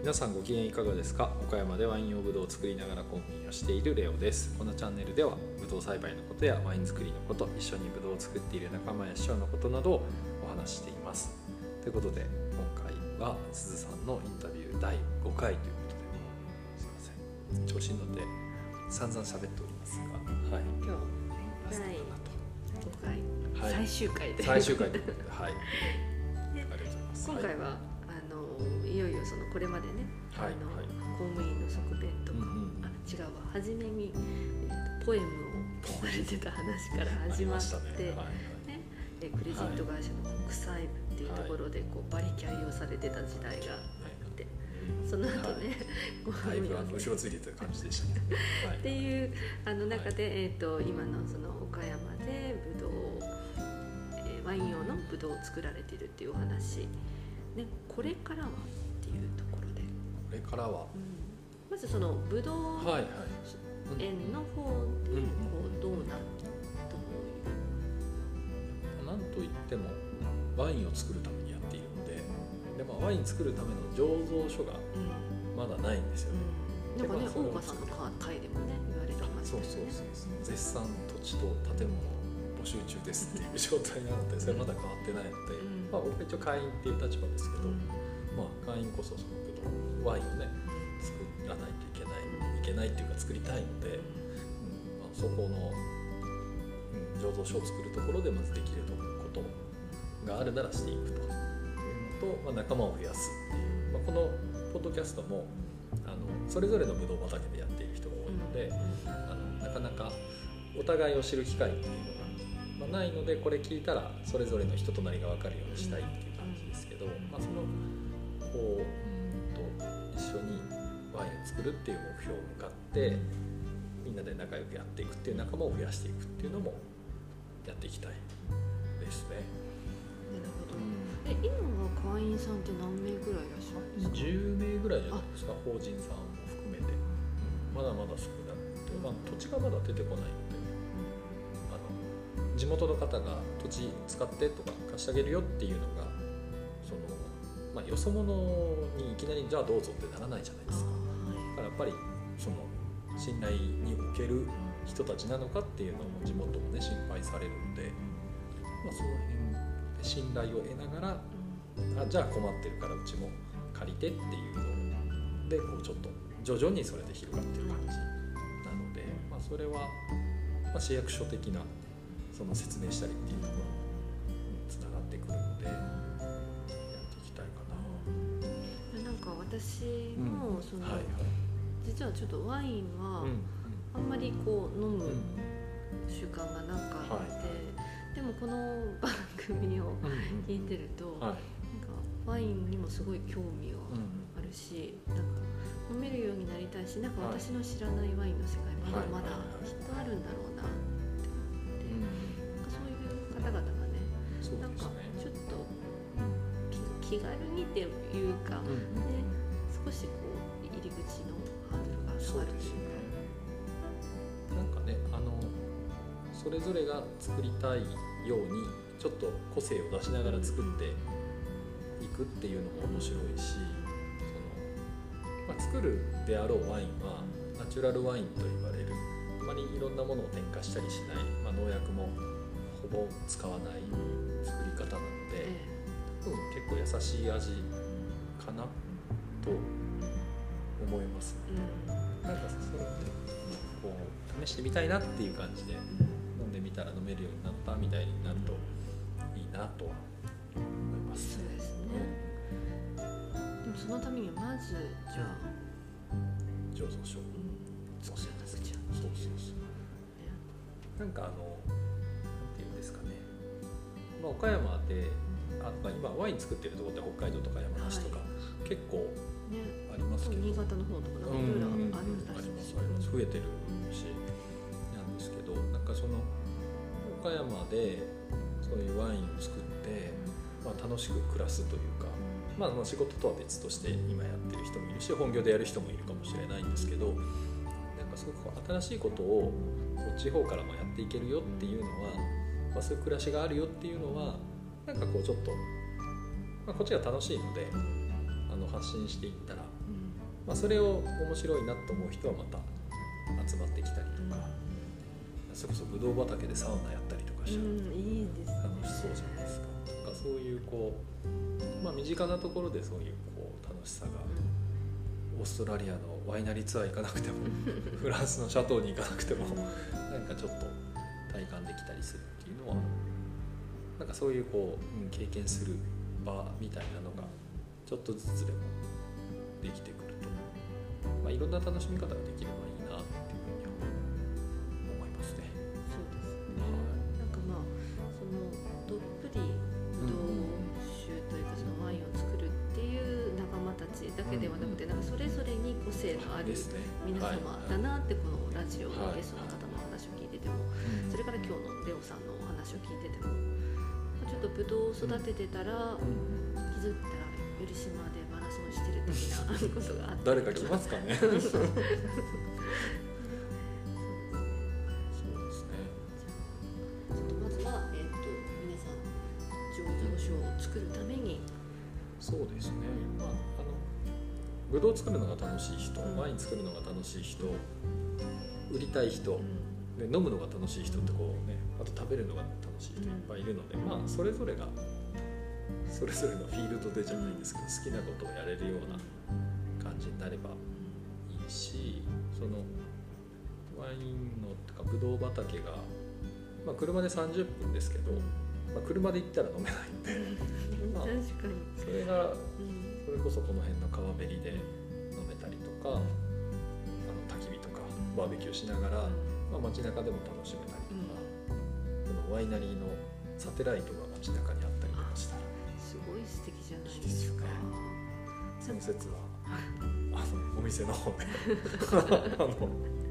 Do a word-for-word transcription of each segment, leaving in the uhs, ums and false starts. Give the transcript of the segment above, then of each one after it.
皆さんご機嫌いかがですか。岡山でワイン用ブドウを作りながら公務員をしているレオです。このチャンネルではブドウ栽培のことやワイン作りのこと、一緒にブドウを作っている仲間や師匠のことなどをお話ししています。ということで今回はすずさんのインタビューだいごかいということで、すいません調子に乗って散々喋っておりますが、はい、 今日ラストかなとごかい、 はい、 最終回で最終回ということで、はい、 でありがとうございます。 今回は、はい、あのいよいよそのこれまでね、 はい、 あのはい、 公務員の側面とか、 うんうん、 あ違うわ初めに、えーと、ポエムをされてた話から始まって、ねねえクレジット会社の国際部っていうところでこうバリキャリをされてた時代があって、その後ね、 だいぶ後ろついてた感じでしたね。はい、 っていうあの中で、はい、えーと今のその岡山でブドウ、えー、ワイン用のブドウを作られているっていうお話、ね、これからはっていうところで、 これからは、 うん、まずそのブドウ園の方でこうどうなるとなんといってもワインを作るためにやっているので、で、まあ、ワイン作るための醸造所がまだないんですよね。 うん、なんかね、大岡さんの会でもね言われてましたよね。 そうそうそうそう、絶賛土地と建物募集中ですっていう状態なので、それまだ変わってないので、うん、まあ、僕は一応会員っていう立場ですけど、うん、まあ、会員こそそのけどワインをね作らないといけないいけないっていうか作りたいので、うん、まあ、そこの、うん、醸造所を作るところでまずできることがあるならしていくというのと、まあ、仲間を増やすっていう、まあ、このポッドキャストもあのそれぞれのブドウ畑でやっている人が多いので、あのなかなかお互いを知る機会っていうのが、まあ、ないので、これ聞いたらそれぞれの人となりが分かるようにしたいっていう感じですけど、まあ、そのこううんと一緒にワインを作るっていう目標に向かってみんなで仲良くやっていくっていう仲間を増やしていくっていうのもやっていきたいですね。 なるほど。え、今は会員さんって何名ぐらいいらっしゃるんですか？ じゅうめいぐらいじゃないですか、法人さんも含めて、うん、まだまだ少なくて、まあ、土地がまだ出てこないので、うん、あの地元の方が土地使ってとか貸してあげるよっていうのがその、まあ、よそ者にいきなりじゃあどうぞってならないじゃないですか。だからやっぱりその信頼における人たちなのかっていうのも地元もね心配されるので、まあ、その辺で信頼を得ながら、あ、じゃあ困ってるからうちも借りてっていうのでこうちょっと徐々にそれで広がってる感じなので、まあ、それは、まあ、市役所的なその説明したりっていうところにつながってくるのでやっていきたいかな。 なんか私もその、うん、はいはい、実はちょっとワインはあんまりこう飲む習慣がなかった、うん、はい、でもこの番組を聞いてると、うん、はい、なんかワインにもすごい興味があるし、うん、なんか飲めるようになりたいし、なんか私の知らないワインの世界まだまだきっとあるんだろうなって思って、そういう方々がね、なんかちょっと気軽にっていうか、うん、ね、少しこう入り口のハードルが下がるというか、 なんかね、あのそれぞれが作りたいようにちょっと個性を出しながら作っていくっていうのも面白いし、その、まあ、作るであろうワインはナチュラルワインと言われる、あまりいろんなものを添加したりしない、まあ、農薬もほぼ使わない作り方なので、うん、結構優しい味かなと思います、ね、うん、なんかそうやってこう試してみたいなっていう感じで飲んでみたら飲めるようになったみたいになるといいなとは思います、ね、 そうですね、うん、でもそのためにはまずじゃあ醸造所、うん、 作らなくちゃ。 そうそうそう、ね、なんかあのなんていうんですかね、まあ、岡山であ、まあ、今ワイン作ってるところって北海道とか山梨とか、はい、結構ありますけど、 ね、新潟の方とかなんかいろいろあるらしいですよね。 増えてるしなんですけど、なんかその岡山でそういうワインを作って、まあ、楽しく暮らすというか、まあ、仕事とは別として今やってる人もいるし本業でやる人もいるかもしれないんですけど、なんかすごく新しいことを地方からもやっていけるよっていうのは、まあ、そういう暮らしがあるよっていうのはなんかこうちょっと、まあ、こっちが楽しいのであの発信していったら、うん、 まあ、それを面白いなと思う人はまた集まってきたりとか、うん、それこそブドウ畑でサウナやったりとかしたら、うん、いいですね、楽しそうじゃないですか。なんかそういうこう、まあ、身近なところでそういうこう楽しさが、オーストラリアのワイナリーツアー行かなくてもフランスのシャトーに行かなくてもなんかちょっと体感できたりするっていうのは、なんかそういうこう、うん、経験する場みたいなのがちょっとずつでもできてくると、まあ、いろんな楽しみ方ができればいいなっていうふうに思いますね。 そうですね、はい、なんかまあそのどっぷりブドウ酒というかそのワインを作るっていう仲間たちだけではなくて、なんかそれぞれに個性のある皆様だなってこのラジオのゲストの方の話を聞いてても、それから今日のレオさんのお話を聞いてても、ちょっとブドウを育ててたら気づいたら寄島でマラソンしてる的なことがあって誰か来ますかねそうですね。 まずは、えー、と皆さん醸造所を作るために、 そうですね、まあ、あのブドウ作るのが楽しい人、ワイン作るのが楽しい人、売りたい人、で飲むのが楽しい人ってこうね、あと食べるのが楽しい人いっぱいいるので、まあそれぞれがそれぞれのフィールドでじゃないですけど、好きなことをやれるような感じになればいいし、そのワインのとかブドウ畑が、まあ、車でさんじゅっぷんですけど、まあ、車で行ったら飲めないんでまあ、 確かにそれがそれこそこの辺の川べりで飲めたりとか、あの焚き火とかバーベキューしながら、まあ、街中でも楽しめたりとか、そのワイナリーのサテライトが街中にあったりとかしたらすごい素敵じゃないですか。 その説はあのお店の方であの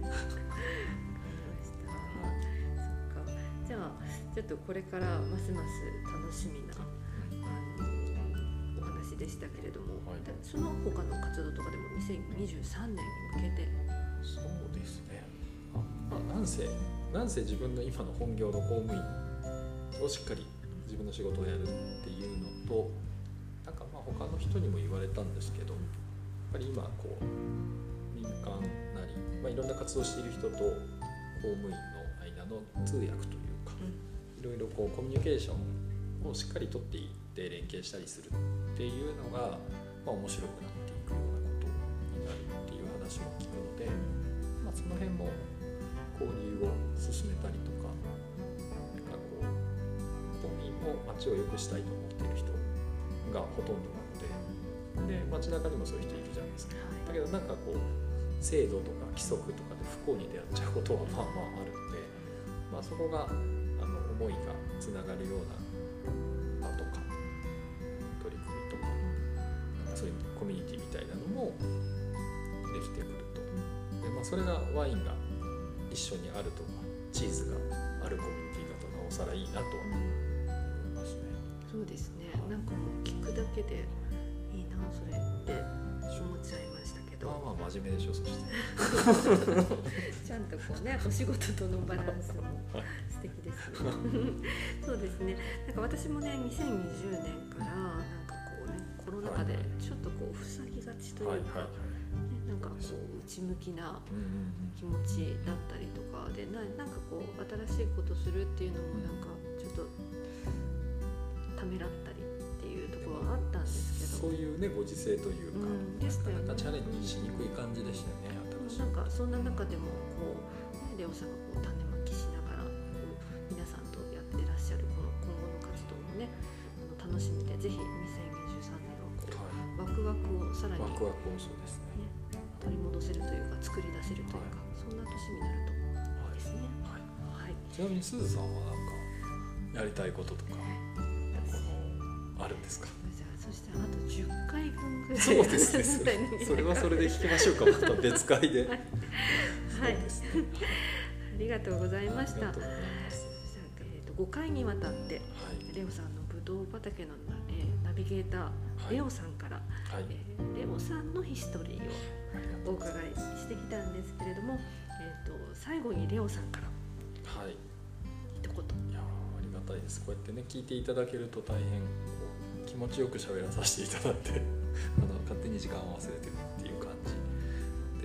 じゃあちょっとこれからますます楽しみなあのお話でしたけれども、はい、その他の活動とかでもにせんにじゅうさんねんに向けて。 そうですね、あ、まあ、なんせなんせ自分の今の本業の公務員をしっかり自分の仕事をやるっていうのと、なんかまあ他の人にも言われたんですけど、やっぱり今こう民間なり、まあ、いろんな活動している人と公務員の間の通訳というか、いろいろこうコミュニケーションをしっかりとっていって連携したりするっていうのが、まあ、面白くなっていくようなことになるっていう話も聞くので、まあ、その辺も交流を進めたりとか、なんかこう公務員も街を良くしたいと思っている人がほとんどなので、で街中にもそういう人いるじゃないですか。だけどなんかこう制度とか規則とかで不幸に出会っちゃうことはまあまああるので、まあ、そこがあの思いがつながるような場とか取り組みとか、なんかそういうコミュニティみたいなのもできてくると。で、まあ、それがワインが一緒にあるとかチーズがあるコミュニティだとなおさらいいなとは思いますね。 そうですね、なんかもう聞くだけでいいなそれって思っちゃいましたけど、 まあまあ真面目でしょ。そしてちゃんとこうねお仕事とのバランスも素敵ですねそうですね、なんか私もねにせんにじゅうねんからなんかこうねコロナ禍でちょっとこう塞ぎがちというか、ね、なんかこう内向きな気持ちだったりとかで、ななんかこう新しいことするっていうのもなんかちょっとためらったりっていうところはあったんですけど、 そういうねご時世というか、うん、 でしたよね、 なかなかチャレンジしにくい感じでしたよね。 なんかそんな中でもこう、ね、レオさんがこう種まきしながらこう皆さんとやってらっしゃるこの今後の活動もね、あの楽しみで、ぜひにせんにじゅうさんねんはこう、はい、ワクワクをさらに、 ワクワクをそうですね、 取り戻せるというか作り出せるというか、はい、そんな年になるといいですね。はいはいはい、 ちなみにすずさんはなんかやりたいこととかあるんですか？ じゃあそしてあとじゅっかいぶんぐらい。 そうですね。それはそれで聞きましょうか。また別会で。はい。 そうですね。ありがとうございました。ありがとうございます。えっとごかいにわたって、はい、レオさんのブドウ畑の、えー、ナビゲーター、はい、レオさんから、はいえー、レオさんのヒストリーをお伺いしてきたんですけれども、えっと最後にレオさんから。 はい。 一言。 いやありがたいです。こうやってね聞いていただけると大変気持ちよく喋らさせていただいてあの勝手に時間を忘れてるっていう感じ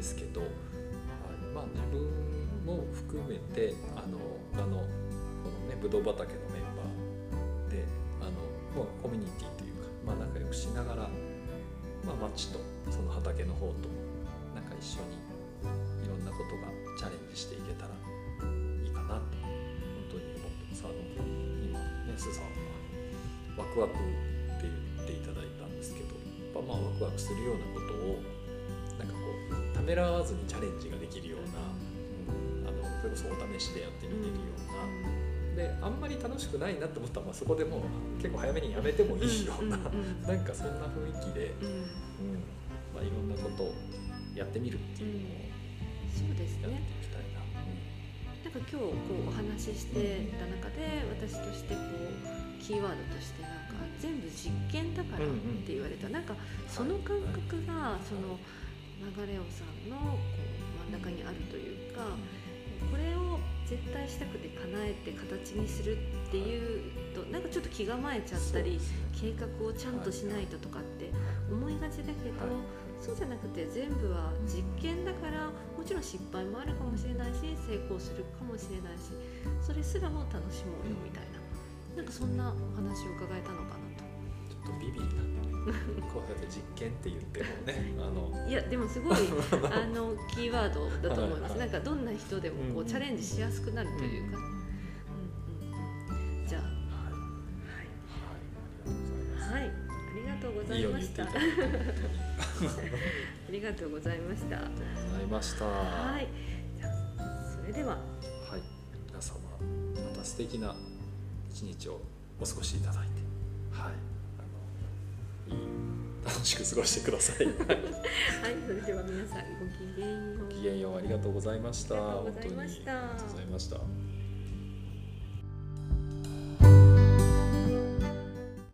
ですけど、はい、まあ、自分も含めてあの他のこのねぶどう畑のメンバーであのもうコミュニティというか、まあ、仲良くしながら、まあ、町とその畑の方となんか一緒にいろんなことがチャレンジしていけたらいいかなと本当に思ってます。あの今ねスーさんはワクワクって言っていただいたんですけど、やっぱまあワクワクするようなことをなんかこうためらわずにチャレンジができるような、うん、あのそれこそお試しでやってみれるような、であんまり楽しくないなと思ったら、まあ、そこでもう結構早めにやめてもいいようななんかそんな雰囲気で、うんまあ、いろんなことをやってみるっていうのをそうですね。 やっていきたいな。 なんか今日こうお話ししてた中で、私としてこうキーワードとしてなんか全部実験だからって言われた、なんかその感覚がその流れおさんのこう真ん中にあるというか、これを絶対したくて叶えて形にするっていうとなんかちょっと気構えちゃったり、計画をちゃんとしないととかって思いがちだけど、そうじゃなくて全部は実験だから、もちろん失敗もあるかもしれないし成功するかもしれないし、それすらも楽しもうよみたいな、なんかそんなお話を伺えたのかなと。 ちょっとビビりなんでねこうやって実験って言ってもねあのいやでもすごいあのキーワードだと思います。なんかどんな人でもこうチャレンジしやすくなるというか、うんうんうん、じゃあはい、はい、ありがとうございました。はい、ありがとうございました。ありがとうございました。 はい、じゃあそれでは、はい、 皆様また素敵な一日をお過ごしいただいて、はい、あのいい楽しく過ごしてください。はい、 それでは皆さんごきげんよう。 ごきげんよう、ありがとうございました。 ありがとうございました。 本当にありがとうございました。